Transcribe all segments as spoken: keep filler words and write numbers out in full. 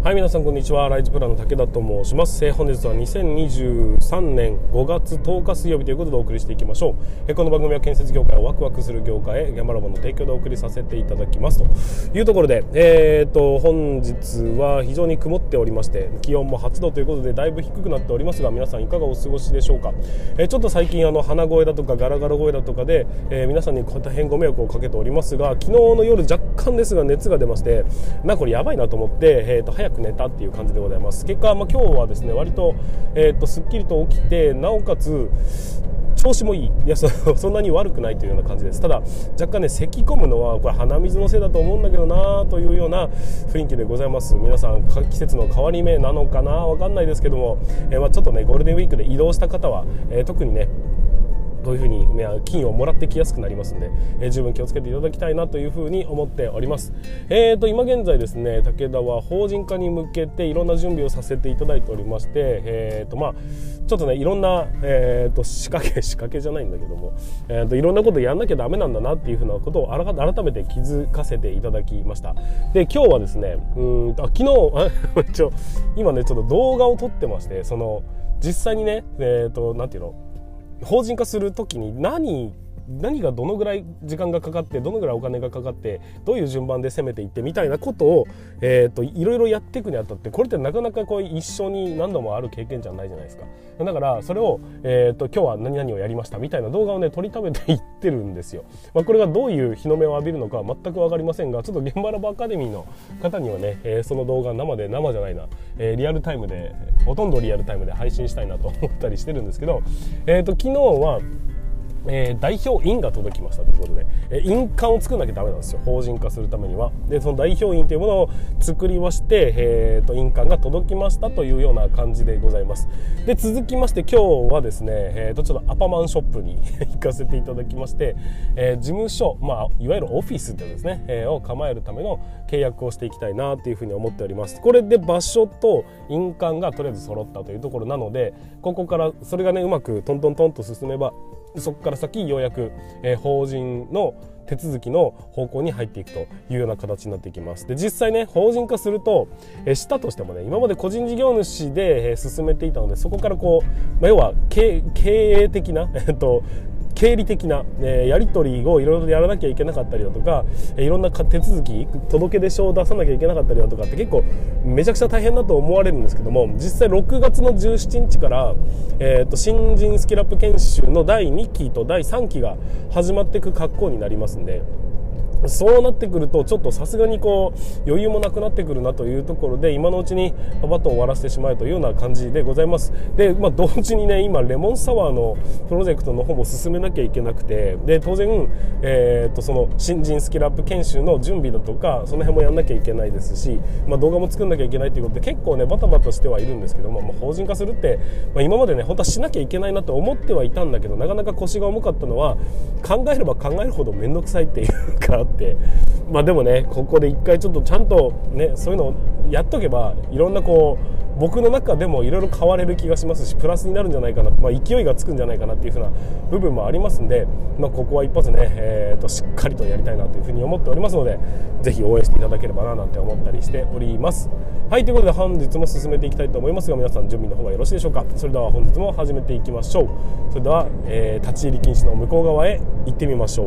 はい、皆さんこんにちは。ライズプランの武田と申します。えー、本日はにせんにじゅうさんねんごがつとおか水曜日ということでお送りしていきましょう。えー、この番組は建設業界をワクワクする業界へ現場ラボの提供でお送りさせていただきますというところで、えー、と本日は非常に曇っておりまして、気温もはちどということでだいぶ低くなっておりますが、皆さんいかがお過ごしでしょうか。えー、ちょっと最近あの鼻声だとかガラガラ声だとかで、えー、皆さんに大変ご迷惑をかけておりますが、昨日の夜若干ですが熱が出まして、なんかこれやばいなと思って、えー、と早く寝たっていう感じでございます。結果、まあ、今日はですね割と、えー、とすっきりと起きて、なおかつ調子もいい、いや そ, そんなに悪くないというような感じです。ただ若干ね咳込むのはこれ鼻水のせいだと思うんだけどなというような雰囲気でございます。皆さん季節の変わり目なのかな、わかんないですけども、えーまあ、ちょっとねゴールデンウィークで移動した方は、えー、特にねこういうふうに金をもらってきやすくなりますので、えー、十分気をつけていただきたいなというふうに思っております。えーと今現在ですね、武田は法人化に向けていろんな準備をさせていただいておりまして、えーとまあちょっとねいろんな、えーと仕掛け仕掛けじゃないんだけども、えーといろんなことやんなきゃダメなんだなっていうふうなことを改めて気づかせていただきました。で今日はですね、うーんあ昨日あちょ今ねちょっと動画を撮ってまして、その実際にねえーとなんていうの法人化するときに何何がどのぐらい時間がかかって、どのぐらいお金がかかって、どういう順番で攻めていってみたいなことを、えー、といろいろやっていくにあたって、これってなかなかこう一緒に何度もある経験じゃないじゃないですか。だからそれを、えー、と今日は何々をやりましたみたいな動画をね撮りためていってるんですよ。まあ、これがどういう日の目を浴びるのかは全く分かりませんが、ちょっと現場ラボアカデミーの方にはね、えー、その動画生で生じゃないな、えー、リアルタイムでほとんどリアルタイムで配信したいなと思ったりしてるんですけど、えー、と昨日はえー、代表印が届きましたということで、えー、印鑑を作らなきゃダメなんですよ、法人化するためには。でその代表印というものを作りまして、えー、と印鑑が届きましたというような感じでございます。で続きまして今日はですね、えー、とちょっとアパマンショップに行かせていただきまして、えー、事務所、まあ、いわゆるオフィスってですね、えー、を構えるための契約をしていきたいなというふうに思っております。これで場所と印鑑がとりあえず揃ったというところなので、ここからそれがねうまくトントントンと進めば、そこから先ようやく、えー、法人の手続きの方向に入っていくというような形になっていきます。で実際ね法人化すると、えー、したとしてもね今まで個人事業主で、えー、進めていたので、そこからこう、まあ、要は 経, 経営的な、えー、と経理的な、えー、やり取りをいろいろやらなきゃいけなかったりだとか、えー、いろんな手続き届出書を出さなきゃいけなかったりだとかって結構めちゃくちゃ大変だと思われるんですけども、実際ろくがつのじゅうしちにちから、えー、と新人スキルアップ研修のだいにきとだいさんきが始まっていく格好になりますんで、そうなってくるとちょっとさすがにこう余裕もなくなってくるなというところで、今のうちにパパッと終わらせてしまえというような感じでございます。で、まあ、同時にね今レモンサワーのプロジェクトの方も進めなきゃいけなくて、で当然、えー、とその新人スキルアップ研修の準備だとかその辺もやんなきゃいけないですし、まあ、動画も作んなきゃいけないということで結構ねバタバタしてはいるんですけども、まあ、法人化するって、まあ、今までね本当はしなきゃいけないなと思ってはいたんだけど、なかなか腰が重かったのは考えれば考えるほど面倒くさいっていうかあって、まあでもねここで一回ちょっとちゃんとねそういうのをやっとけば、いろんなこう僕の中でもいろいろ変われる気がしますし、プラスになるんじゃないかな、まあ、勢いがつくんじゃないかなっていう風な部分もありますんで、まあ、ここは一発ね、えー、としっかりとやりたいなというふうに思っておりますので、ぜひ応援していただければななんて思ったりしております。はい、ということで本日も進めていきたいと思いますが、皆さん準備の方はよろしいでしょうか。それでは本日も始めていきましょう。それでは、えー、立ち入り禁止の向こう側へ行ってみましょう。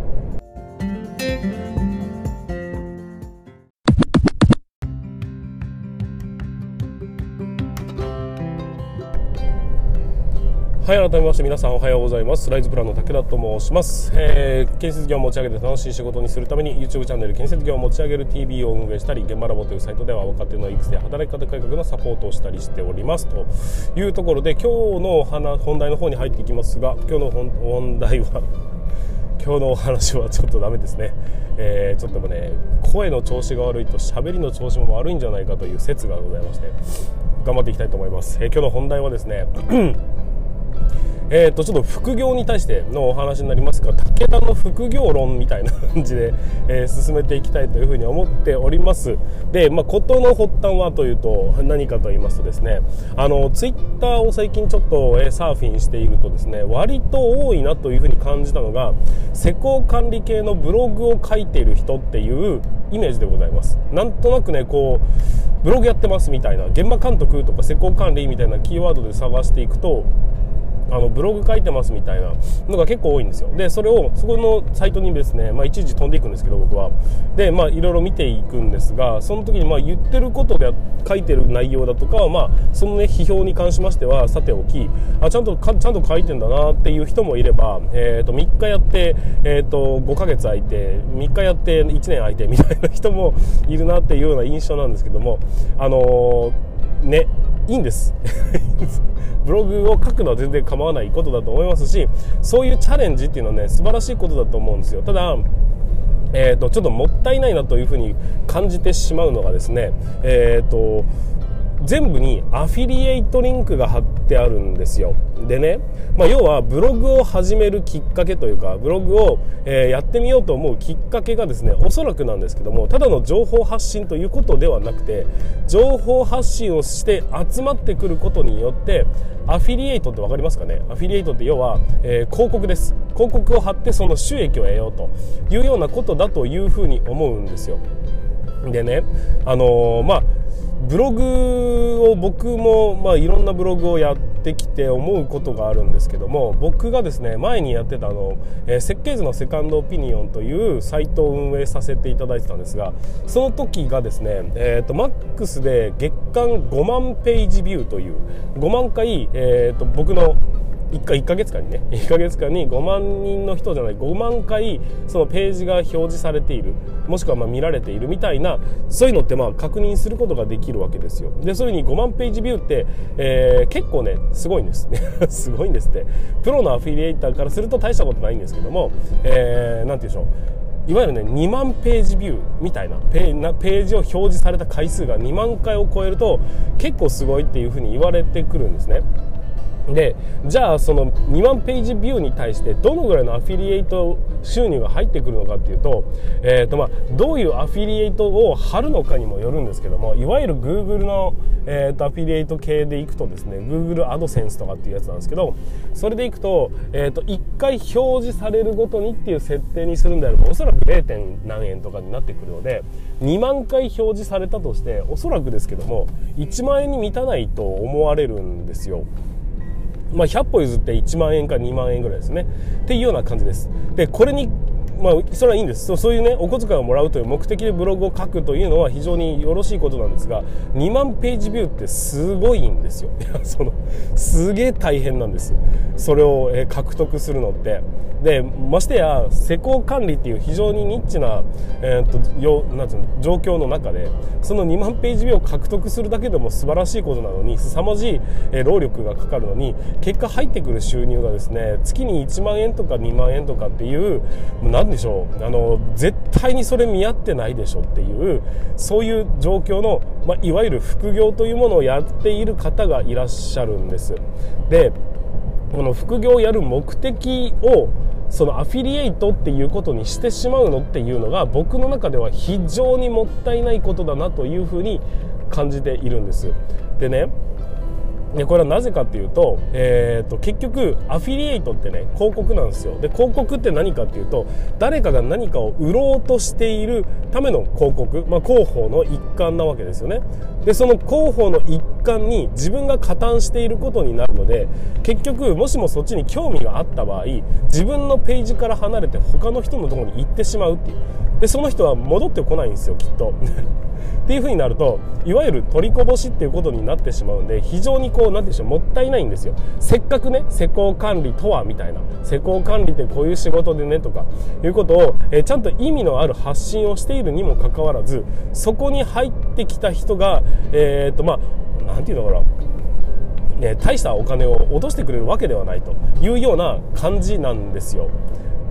はい、改めまして皆さんおはようございます。ライズプランの武田と申します。えー、建設業を持ち上げて楽しい仕事にするために YouTube チャンネル建設業を持ち上げる ティービー を運営したり、現場ラボというサイトでは若手の育成、働き方改革のサポートをしたりしておりますというところで、今日の本題の方に入っていきますが、今日の本題は今日のお話はちょっとダメですね。えー、ちょっともね声の調子が悪いと喋りの調子も悪いんじゃないかという説がございまして、頑張っていきたいと思います。えー、今日の本題はですねえー、とちょっと副業に対してのお話になりますが、武田の副業論みたいな感じで、えー、進めていきたいというふうに思っております。で、まあ、事の発端はというと何かと言いますとですね、あのツイッターを最近ちょっと、えー、サーフィンしているとですね、割と多いなというふうに感じたのが、施工管理系のブログを書いている人っていうイメージでございます。なんとなくね、こうブログやってますみたいな、現場監督とか施工管理みたいなキーワードで探していくと、あのブログ書いてますみたいなのが結構多いんですよ。でそれをそこのサイトにですね、まあ、いちいち飛んでいくんですけど、僕はで、まあ、いろいろ見ていくんですが、その時にまあ言ってることで書いてる内容だとかは、まあ、その、ね、批評に関しましてはさておき、あちゃんとかちゃんと書いてんだなっていう人もいれば、えー、とみっかやって、えー、とごかげつ空いてみっかやっていちねん空いてみたいな人もいるなっていうような印象なんですけども、あのー、ねいいんですブログを書くのは全然構わないことだと思いますし、そういうチャレンジっていうのはね素晴らしいことだと思うんですよ。ただえー、とちょっともったいないなというふうに感じてしまうのがですね、えー、と全部にアフィリエイトリンクが貼ってあるんですよ。でね、まあ、要はブログを始めるきっかけというか、ブログを、えー、やってみようと思うきっかけがですね、おそらくなんですけども、ただの情報発信ということではなくて、情報発信をして集まってくることによって、アフィリエイトって分かりますかね。アフィリエイトって要は、えー、広告です。広告を貼ってその収益を得ようというようなことだというふうに思うんですよ。でね、あのー、まあブログを僕も、まあ、いろんなブログをやってきて思うことがあるんですけども、僕がですね前にやってたあの、えー、設計図のセカンドオピニオンというサイトを運営させていただいてたんですが、その時がですね、えー、とマックスで月間ごまんページビューというごまんかい、えー、と僕のいっかげつかんにねいっかげつかんにごまんにんの人じゃないごまんかいそのページが表示されている、もしくはまあ見られているみたいな、そういうのってまあ確認することができるわけですよ。でそういうふうにごまんページビューって、えー、結構ねすごいんですすごいんですって。プロのアフィリエイターからすると大したことないんですけども、えー、なんていうんでしょう、いわゆるねにまんページビューみたいなペー、なページを表示された回数がにまんかいを超えると結構すごいっていうふうに言われてくるんですね。でじゃあそのにまんページビューに対してどのぐらいのアフィリエイト収入が入ってくるのかっていうと、えーとまあ、どういうアフィリエイトを貼るのかにもよるんですけども、いわゆる Google の、えーとアフィリエイト系でいくとですね、 Google アドセンスとかっていうやつなんですけど、それでいくと、えーといっかい表示されるごとにっていう設定にするんであれば、おそらく ゼロ. 点何円とかになってくるので、にまんかい表示されたとして、おそらくですけどもいちまんえんに満たないと思われるんですよ。まあ、ひゃっぽ譲っていちまんえんかにまんえんぐらいですねっていうような感じです。でこれにまあそれはいいんです。そう、そういうねお小遣いをもらうという目的でブログを書くというのは非常によろしいことなんですが、にまんページビューってすごいんですよ。いやそのすげえ大変なんです、それを、えー、獲得するのって。でましてや施工管理っていう非常にニッチな、えー、とよなんていうの状況の中で、そのにまんページビューを獲得するだけでも素晴らしいことなのに、凄まじい、えー、労力がかかるのに、結果入ってくる収入がですね月にいちまんえんとかにまんえんとかっていう、なんでしょう、あの絶対にそれ見合ってないでしょっていう、そういう状況の、まあ、いわゆる副業というものをやっている方がいらっしゃるんです。でこの副業をやる目的をそのアフィリエイトっていうことにしてしまうのっていうのが、僕の中では非常にもったいないことだなというふうに感じているんです。でね、でこれはなぜかっていうと、えー、と結局アフィリエイトってね広告なんですよ。で広告って何かっていうと、誰かが何かを売ろうとしているための広告、まあ、広報の一環なわけですよね。でその広報の一環に自分が加担していることになるので、結局もしもそっちに興味があった場合、自分のページから離れて他の人のところに行ってしまうっていう。でその人は戻ってこないんですよきっとっていう風になると、いわゆる取りこぼしっていうことになってしまうんで、非常にこうなんでしょう、もったいないんですよ。せっかくね施工管理とはみたいな、施工管理ってこういう仕事でねとかいうことを、えー、ちゃんと意味のある発信をしているにもかかわらず、そこに入ってきた人がえー、っとまあなんていうのかな、ね、大したお金を落としてくれるわけではないというような感じなんですよ。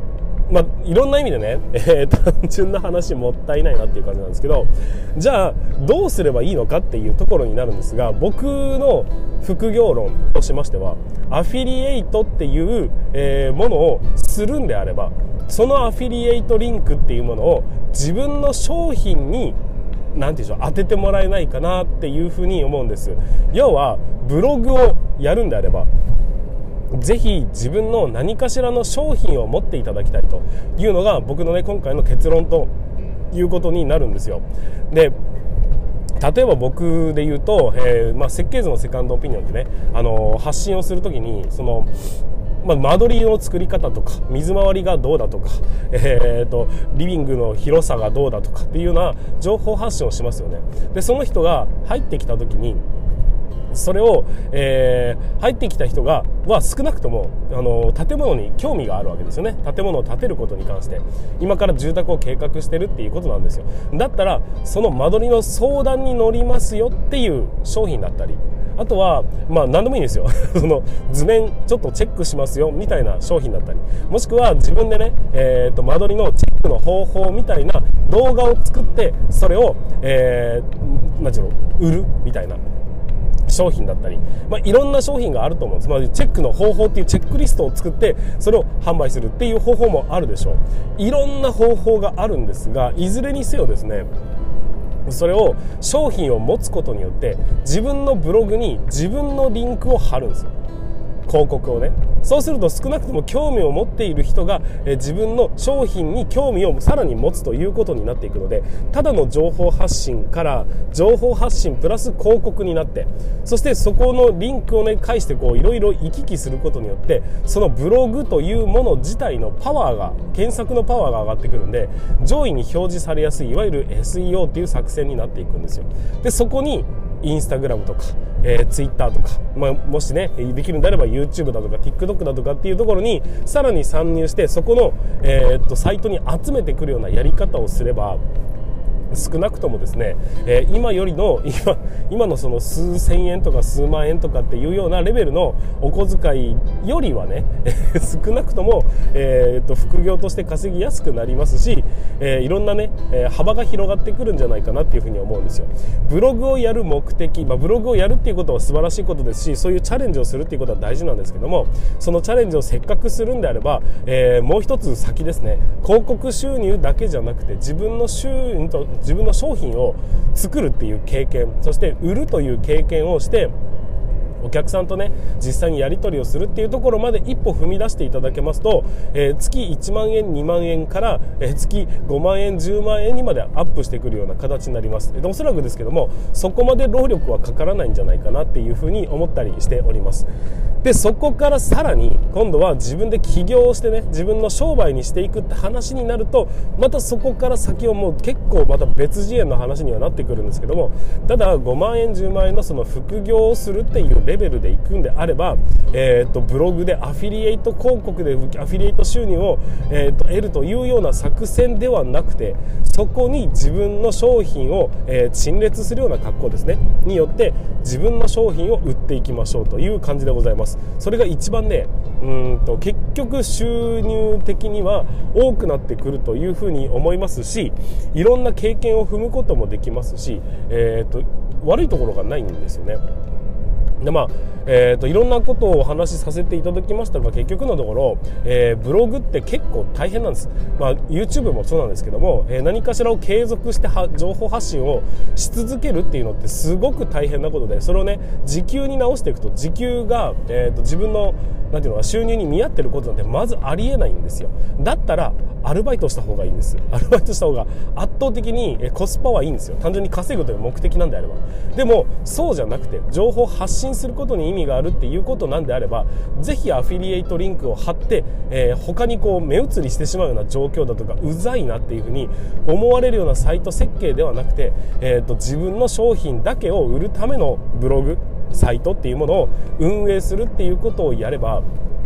まあ、いろんな意味でね、えー、単純な話もったいないなっていう感じなんですけど、じゃあどうすればいいのかっていうところになるんですが、僕の副業論としましては、アフィリエイトっていう、えー、ものをするんであれば、そのアフィリエイトリンクっていうものを自分の商品になんていうんでしょう、当ててもらえないかなっていうふうに思うんです。要はブログをやるんであれば、ぜひ自分の何かしらの商品を持っていただきたいというのが僕のね今回の結論ということになるんですよ。で、例えば僕で言うと、えーまあ、設計図のセカンドオピニオンってね、あのー、発信をするときにそのまあ、間取りの作り方とか水回りがどうだとか、えー、とリビングの広さがどうだとかっていうような情報発信をしますよね。でその人が入ってきた時にそれを、えー、入ってきた人がは少なくともあの建物に興味があるわけですよね。建物を建てることに関して今から住宅を計画してるっていうことなんですよ。だったらその間取りの相談に乗りますよっていう商品だったり、あとはまあ何でもいいんですよその図面ちょっとチェックしますよみたいな商品だったり、もしくは自分でね、えー、と間取りのチェックの方法みたいな動画を作ってそれを、えー、なんていうの売るみたいな商品だったり、まあ、いろんな商品があると思うんです。まあ、チェックの方法っていうチェックリストを作ってそれを販売するっていう方法もあるでしょう。いろんな方法があるんですが、いずれにせよですね、それを商品を持つことによって自分のブログに自分のリンクを貼るんですよ、広告をね。そうすると少なくとも興味を持っている人がえ自分の商品に興味をさらに持つということになっていくので、ただの情報発信から情報発信プラス広告になって、そしてそこのリンクをね介してこういろいろ行き来することによってそのブログというもの自体のパワーが検索のパワーが上がってくるんで、上位に表示されやすいいわゆる エスイーオー っていう作戦になっていくんですよ。でそこにインスタグラムとか、えー、ツイッターとか、まあ、もしねできるんであれば YouTube だとか TikTok だとかっていうところにさらに参入して、そこの、えー、っとサイトに集めてくるようなやり方をすれば、少なくともですね、えー、今よりの 今, 今のその数千円とか数万円とかっていうようなレベルのお小遣いよりはね少なくとも、えー、と副業として稼ぎやすくなりますし、えー、いろんなね、えー、幅が広がってくるんじゃないかなっていうふうに思うんですよ。ブログをやる目的、まあ、ブログをやるっていうことは素晴らしいことですし、そういうチャレンジをするっていうことは大事なんですけども、そのチャレンジをせっかくするんであれば、えー、もう一つ先ですね、広告収入だけじゃなくて自分の収入と自分の商品を作るっていう経験、そして売るという経験をしてお客さんとね実際にやり取りをするっていうところまで一歩踏み出していただけますと、えー、月いちまんえんにまんえんから、えー、月ごまんえんじゅうまんえんにまでアップしてくるような形になります。でおそらくですけどもそこまで労力はかからないんじゃないかなっていうふうに思ったりしております。でそこからさらに今度は自分で起業をしてね自分の商売にしていくって話になると、またそこから先はもう結構また別次元の話にはなってくるんですけども、ただごまんえんじゅうまんえんのその副業をするっていうレベルでいくんであれば、えー、とブログでアフィリエイト広告でアフィリエイト収入を、えー、と得るというような作戦ではなくて、そこに自分の商品を、えー、陳列するような格好ですねによって自分の商品を売っていきましょうという感じでございます。それが一番ねうーんと結局収入的には多くなってくるというふうに思いますし、いろんな経験を踏むこともできますし、えー、と悪いところがないんですよね。でまあえー、といろんなことをお話しさせていただきましたが、結局のところ、えー、ブログって結構大変なんです。まあ、YouTube もそうなんですけども、えー、何かしらを継続しては情報発信をし続けるっていうのってすごく大変なことで、それをね時給に直していくと時給が、えー、と自分のなんていうのか収入に見合ってることなんてまずありえないんですよ。だったらアルバイトした方がいいんです。アルバイトした方が圧倒的にコスパはいいんですよ。単純に稼ぐという目的なんであれば。でもそうじゃなくて情報発信することに意味があるっていうことなんであれば、ぜひアフィリエイトリンクを貼って、えー、他にこう目移りしてしまうような状況だとかうざいなっていうふうに思われるようなサイト設計ではなくて、えーと、自分の商品だけを売るためのブログサイトっていうものを運営するっていうことをやれば、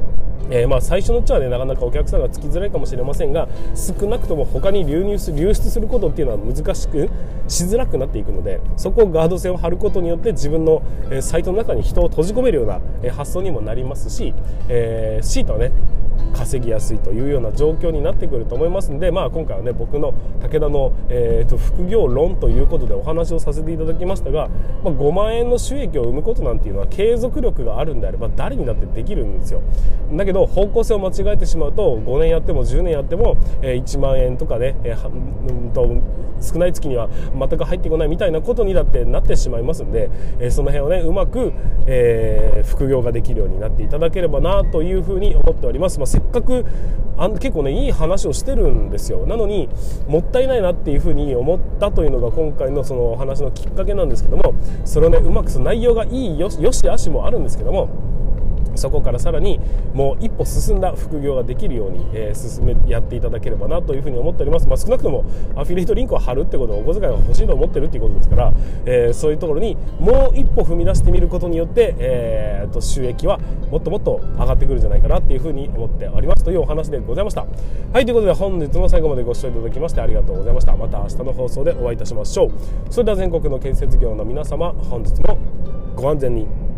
えー、まあ最初のうちはねなかなかお客さんがつきづらいかもしれませんが、少なくとも他に流入す流出することっていうのは難しくしづらくなっていくので、そこをガード線を張ることによって自分の、えー、サイトの中に人を閉じ込めるような、えー、発想にもなりますし、えー、シートはね稼ぎやすいというような状況になってくると思いますので、まあ、今回はね僕の武田の、えー、と副業論ということでお話をさせていただきましたが、まあ、ごまん円の収益を生むことなんていうのは継続力があるんであれば誰にだってできるんですよ。だけど方向性を間違えてしまうとごねんやってもじゅうねんやっても、えー、いちまん円とかね、えー、うんと少ない月には全く入ってこないみたいなことにだってなってしまいますんで、えー、その辺をねうまく、えー、副業ができるようになっていただければなというふうに思っております。まあ、せっかくあ結構ねいい話をしてるんですよ。なのにもったいないなっていうふうに思ったというのが今回のそのお話のきっかけなんですけども、それをねうまく内容がいいよしよし悪しもあるんですけども、そこからさらにもう一歩進んだ副業ができるように、えー、進めやっていただければなというふうに思っております。まあ、少なくともアフィリエイトリンクを貼るってことはお小遣いが欲しいと思ってるっていうことですから、えー、そういうところにもう一歩踏み出してみることによって、えー、と収益はもっともっと上がってくるんじゃないかなっていうふうに思っておりますというお話でございました。はい、ということで本日も最後までご視聴いただきましてありがとうございました。また明日の放送でお会いいたしましょう。それでは全国の建設業の皆様、本日もご安全に。